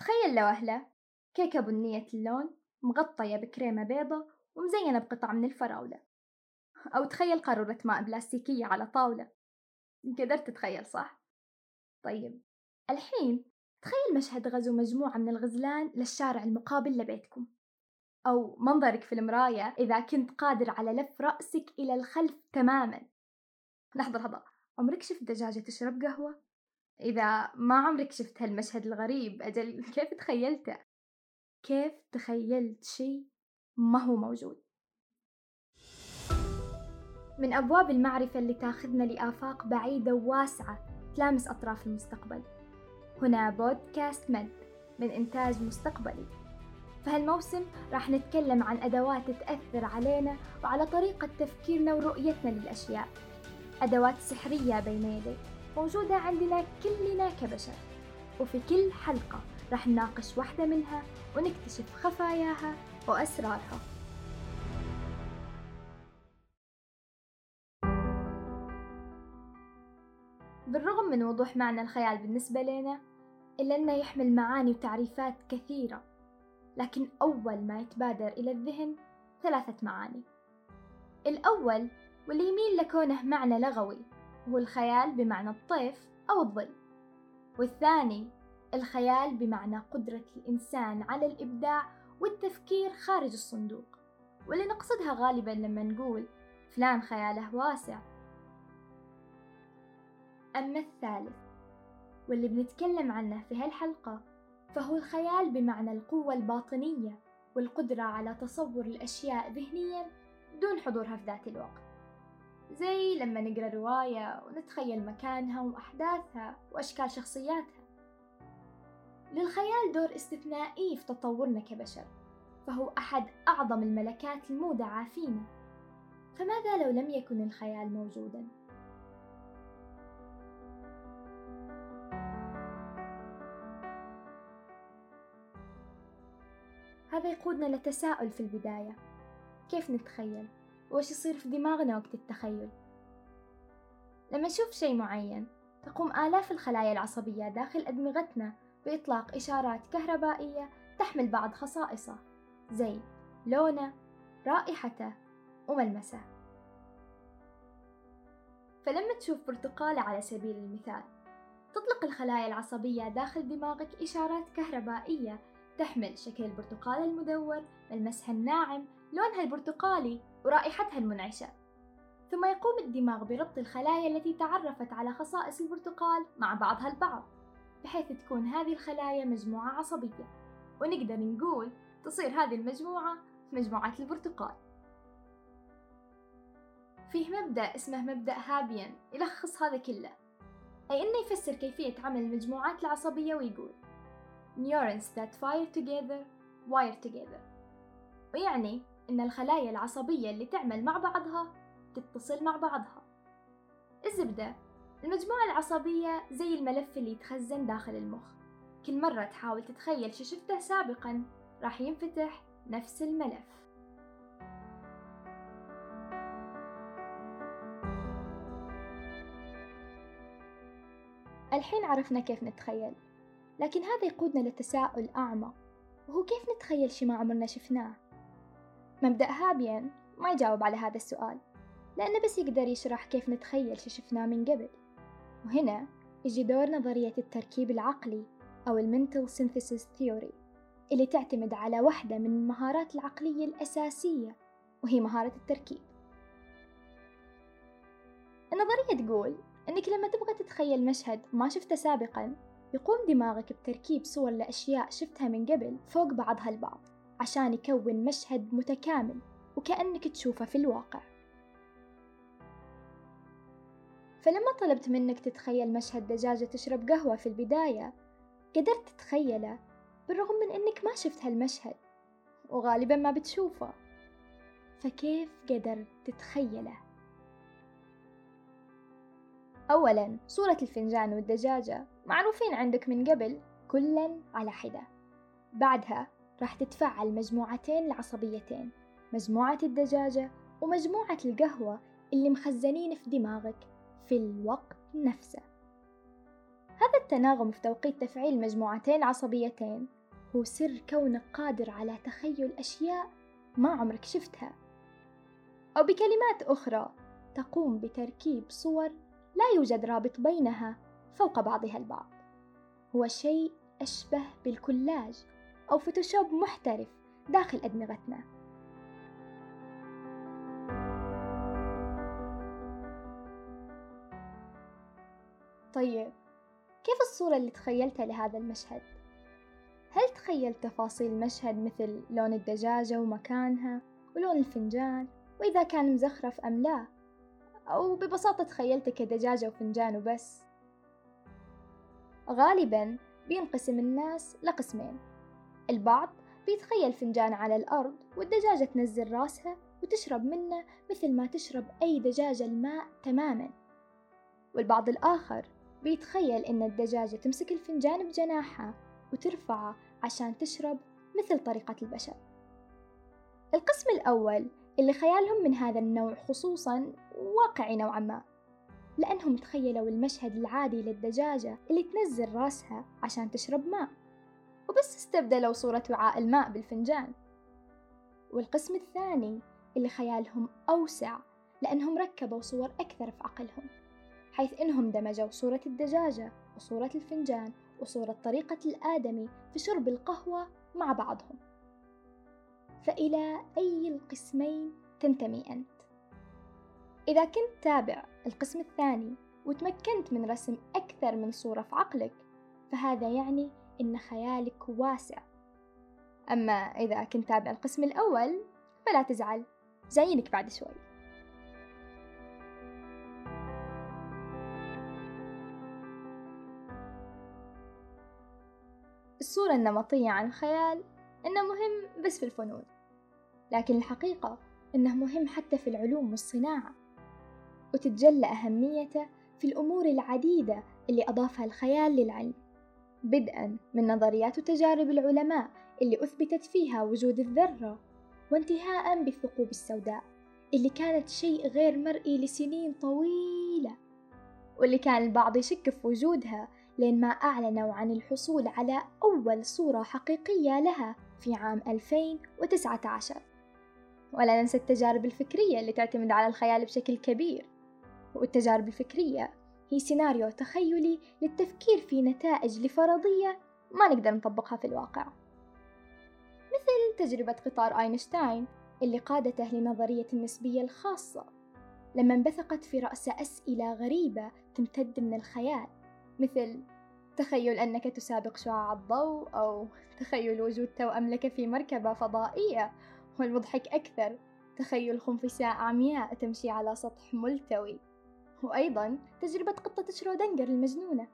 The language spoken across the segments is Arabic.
تخيل لو أهله كيكة بنية اللون مغطية بكريمة بيضة ومزينة بقطع من الفراولة، أو تخيل قارورة ماء بلاستيكية على طاولة. قدرت تتخيل صح؟ طيب الحين تخيل مشهد غزو مجموعة من الغزلان للشارع المقابل لبيتكم، أو منظرك في المراية إذا كنت قادر على لف رأسك إلى الخلف تماما. لحظة، عمرك شفت دجاجة تشرب قهوة؟ إذا ما عمرك شفت هالمشهد الغريب أجل كيف تخيلته؟ كيف تخيلت شيء ما هو موجود؟ من أبواب المعرفة اللي تاخذنا لآفاق بعيدة وواسعة تلامس أطراف المستقبل. هنا بودكاست مد من إنتاج مستقبلي. فهالموسم راح نتكلم عن أدوات تأثر علينا وعلى طريقة تفكيرنا ورؤيتنا للأشياء، أدوات سحرية بين يديك موجودة عندنا كلنا كبشر، وفي كل حلقة راح نناقش واحدة منها ونكتشف خفاياها وأسرارها. بالرغم من وضوح معنى الخيال بالنسبة لنا، إلا أنه يحمل معاني وتعريفات كثيرة، لكن أول ما يتبادر إلى الذهن 3 معاني. الأول واللي يميل لكونه معنى لغوي هو الخيال بمعنى الطيف أو الظل، والثاني الخيال بمعنى قدرة الإنسان على الإبداع والتفكير خارج الصندوق، واللي نقصدها غالبا لما نقول فلان خياله واسع. أما الثالث واللي بنتكلم عنه في هالحلقة فهو الخيال بمعنى القوة الباطنية والقدرة على تصور الأشياء ذهنيا دون حضورها في ذات الوقت، زي لما نقرأ رواية ونتخيل مكانها وأحداثها وأشكال شخصياتها. للخيال دور استثنائي في تطورنا كبشر، فهو أحد أعظم الملكات المودعة فينا. فماذا لو لم يكن الخيال موجوداً؟ هذا يقودنا لتساؤل في البداية: كيف نتخيل؟ وإيش يصير في دماغنا وقت التخيل؟ لما نشوف شيء معين تقوم آلاف الخلايا العصبية داخل أدمغتنا بإطلاق إشارات كهربائية تحمل بعض خصائصه، زي لونه، رائحته، وملمسه. فلما تشوف برتقالة على سبيل المثال، تطلق الخلايا العصبية داخل دماغك إشارات كهربائية تحمل شكل البرتقالة المدور، ملمسها الناعم، لونها البرتقالي، ورائحتها المنعشة. ثم يقوم الدماغ بربط الخلايا التي تعرفت على خصائص البرتقال مع بعضها البعض، بحيث تكون هذه الخلايا مجموعة عصبية، ونقدر نقول تصير هذه المجموعة مجموعة البرتقال. فيه مبدأ اسمه مبدأ هابيان يلخص هذا كله، أي إنه يفسر كيفية عمل المجموعات العصبية ويقول Neurons that fire together wire together، ويعني إن الخلايا العصبية اللي تعمل مع بعضها تتصل مع بعضها. الزبدة، المجموعة العصبية زي الملف اللي يتخزن داخل المخ، كل مرة تحاول تتخيل شو شفته سابقا راح ينفتح نفس الملف. الحين عرفنا كيف نتخيل، لكن هذا يقودنا لتساؤل أعمق، وهو كيف نتخيل شي ما عمرنا شفناه؟ مبدأ هابيان ما يجاوب على هذا السؤال، لأنه بس يقدر يشرح كيف نتخيل شي شفناه من قبل. وهنا يجي دور نظرية التركيب العقلي أو Mental Synthesis Theory، اللي تعتمد على واحدة من المهارات العقلية الأساسية، وهي مهارة التركيب. النظرية تقول أنك لما تبغى تتخيل مشهد ما شفته سابقاً، يقوم دماغك بتركيب صور لأشياء شفتها من قبل فوق بعضها البعض عشان يكون مشهد متكامل وكأنك تشوفه في الواقع. فلما طلبت منك تتخيل مشهد دجاجة تشرب قهوة في البداية، قدرت تتخيله بالرغم من أنك ما شفت هالمشهد وغالباً ما بتشوفه. فكيف قدرت تتخيله؟ أولاً، صورة الفنجان والدجاجة معروفين عندك من قبل كلاً على حدة. بعدها راح تتفاعل مجموعتين العصبيتين، مجموعة الدجاجة ومجموعة القهوة اللي مخزنين في دماغك في الوقت نفسه. هذا التناغم في توقيت تفعيل مجموعتين عصبيتين هو سر كونك قادر على تخيل أشياء ما عمرك شفتها، أو بكلمات أخرى تقوم بتركيب صور لا يوجد رابط بينها فوق بعضها البعض. هو شيء أشبه بالكولاج أو فوتوشوب محترف داخل أدمغتنا. طيب، كيف الصورة اللي تخيلتها لهذا المشهد؟ هل تخيلت تفاصيل المشهد مثل لون الدجاجة ومكانها ولون الفنجان وإذا كان مزخرف أم لا؟ أو ببساطة تخيلت كدجاجة وفنجان وبس؟ غالباً بينقسم الناس لقسمين. البعض بيتخيل فنجان على الأرض والدجاجة تنزل راسها وتشرب منه مثل ما تشرب أي دجاجة الماء تماماً. والبعض الآخر بيتخيل إن الدجاجة تمسك الفنجان بجناحها وترفعه عشان تشرب مثل طريقة البشر. القسم الأول اللي خيالهم من هذا النوع خصوصاً واقعي نوعاً ما، لأنهم تخيلوا المشهد العادي للدجاجة اللي تنزل راسها عشان تشرب ماء، وبس استبدلوا صورة وعاء الماء بالفنجان. والقسم الثاني اللي خيالهم أوسع لأنهم ركبوا صور أكثر في عقلهم، حيث إنهم دمجوا صورة الدجاجة وصورة الفنجان وصورة طريقة الآدمي في شرب القهوة مع بعضهم. فإلى أي القسمين تنتمي أنت؟ إذا كنت تابع القسم الثاني وتمكنت من رسم أكثر من صورة في عقلك، فهذا يعني إن خيالك واسع. أما إذا كنت تابع القسم الأول فلا تزعل، جايينك بعد شوي. الصورة النمطية عن الخيال إنه مهم بس في الفنون، لكن الحقيقة إنه مهم حتى في العلوم والصناعة، وتتجلى أهميته في الأمور العديدة اللي أضافها الخيال للعلم، بدءاً من نظريات وتجارب العلماء اللي أثبتت فيها وجود الذرة، وانتهاءً بالثقوب السوداء اللي كانت شيء غير مرئي لسنين طويلة، واللي كان البعض يشك في وجودها لين ما أعلنوا عن الحصول على أول صورة حقيقية لها في عام 2019. ولا ننسى التجارب الفكرية اللي تعتمد على الخيال بشكل كبير. والتجارب الفكرية هي سيناريو تخيلي للتفكير في نتائج لفرضية ما نقدر نطبقها في الواقع، مثل تجربة قطار أينشتاين اللي قادته لنظرية النسبية الخاصة، لما انبثقت في رأسه أسئلة غريبة تمتد من الخيال، مثل تخيل أنك تسابق شعاع الضوء، أو تخيل وجود توأم لك في مركبة فضائية، والمضحك أكثر تخيل خنفساء عمياء تمشي على سطح ملتوي، وأيضا تجربة قطة شرودنجر المجنونة.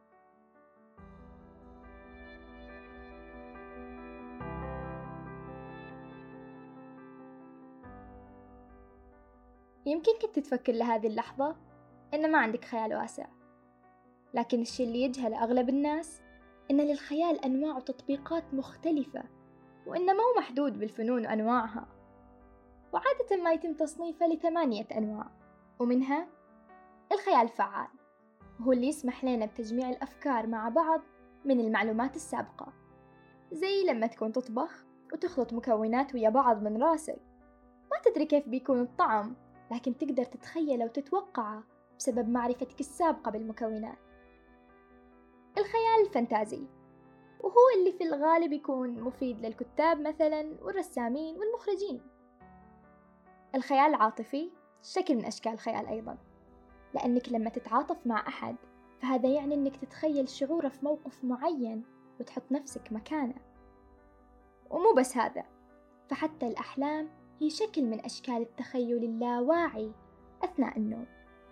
يمكن كنت تفكر لهذه اللحظة إن ما عندك خيال واسع، لكن الشيء اللي يجهل أغلب الناس إن للخيال أنواع وتطبيقات مختلفة، وإنه ما هو محدود بالفنون وأنواعها، وعادة ما يتم تصنيفه ل8 أنواع، ومنها الخيال الفعال، وهو اللي يسمح لنا بتجميع الأفكار مع بعض من المعلومات السابقة، زي لما تكون تطبخ وتخلط مكونات ويا بعض من راسك، ما تدري كيف بيكون الطعم، لكن تقدر تتخيله وتتوقعه بسبب معرفتك السابقة بالمكونات. الخيال الفانتازي، وهو اللي في الغالب يكون مفيد للكتاب مثلا والرسامين والمخرجين. الخيال العاطفي شكل من أشكال الخيال أيضا، لأنك لما تتعاطف مع أحد فهذا يعني أنك تتخيل شعوره في موقف معين وتحط نفسك مكانه. ومو بس هذا، فحتى الأحلام هي شكل من أشكال التخيل اللاواعي أثناء النوم.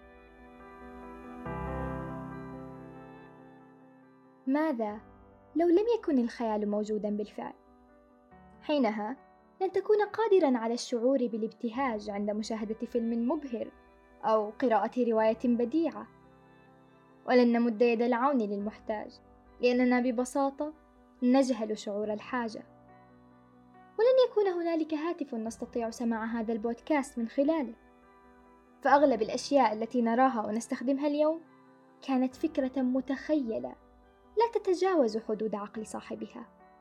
ماذا لو لم يكن الخيال موجوداً بالفعل؟ حينها لن تكون قادراً على الشعور بالابتهاج عند مشاهدة فيلم مبهر أو قراءة رواية بديعة، ولن نمد يد العون للمحتاج، لأننا ببساطة نجهل شعور الحاجة. ولن يكون هنالك هاتف نستطيع سماع هذا البودكاست من خلاله، فأغلب الأشياء التي نراها ونستخدمها اليوم كانت فكرة متخيلة لا تتجاوز حدود عقل صاحبها.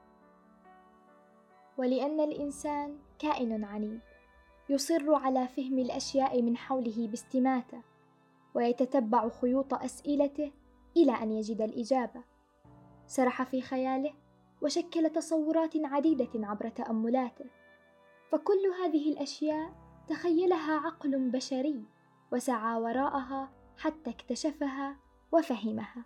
ولأن الإنسان كائن عنيد يصر على فهم الأشياء من حوله باستماتة، ويتتبع خيوط أسئلته إلى أن يجد الإجابة، سرح في خياله وشكل تصورات عديدة عبر تأملاته، فكل هذه الأشياء تخيلها عقل بشري وسعى وراءها حتى اكتشفها وفهمها.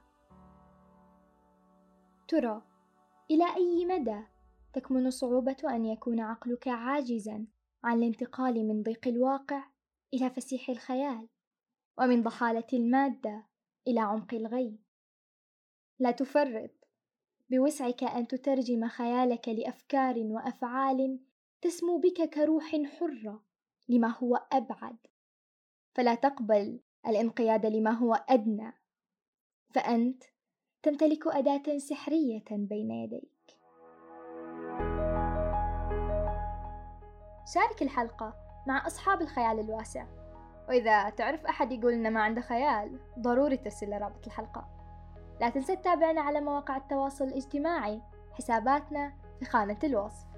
ترى إلى أي مدى تكمن صعوبة أن يكون عقلك عاجزاً عن الانتقال من ضيق الواقع إلى فسيح الخيال، ومن ضحالة المادة إلى عمق الغيب؟ لا تفرط، بوسعك أن تترجم خيالك لأفكار وأفعال تسمو بك كروح حرة لما هو أبعد، فلا تقبل الانقياد لما هو أدنى، فأنت تمتلك أداة سحرية بين يديك. شارك الحلقة مع أصحاب الخيال الواسع، وإذا تعرف أحد يقول إنه ما عنده خيال ضروري ترسل رابط الحلقة. لا تنسى تتابعنا على مواقع التواصل الاجتماعي، حساباتنا في خانة الوصف.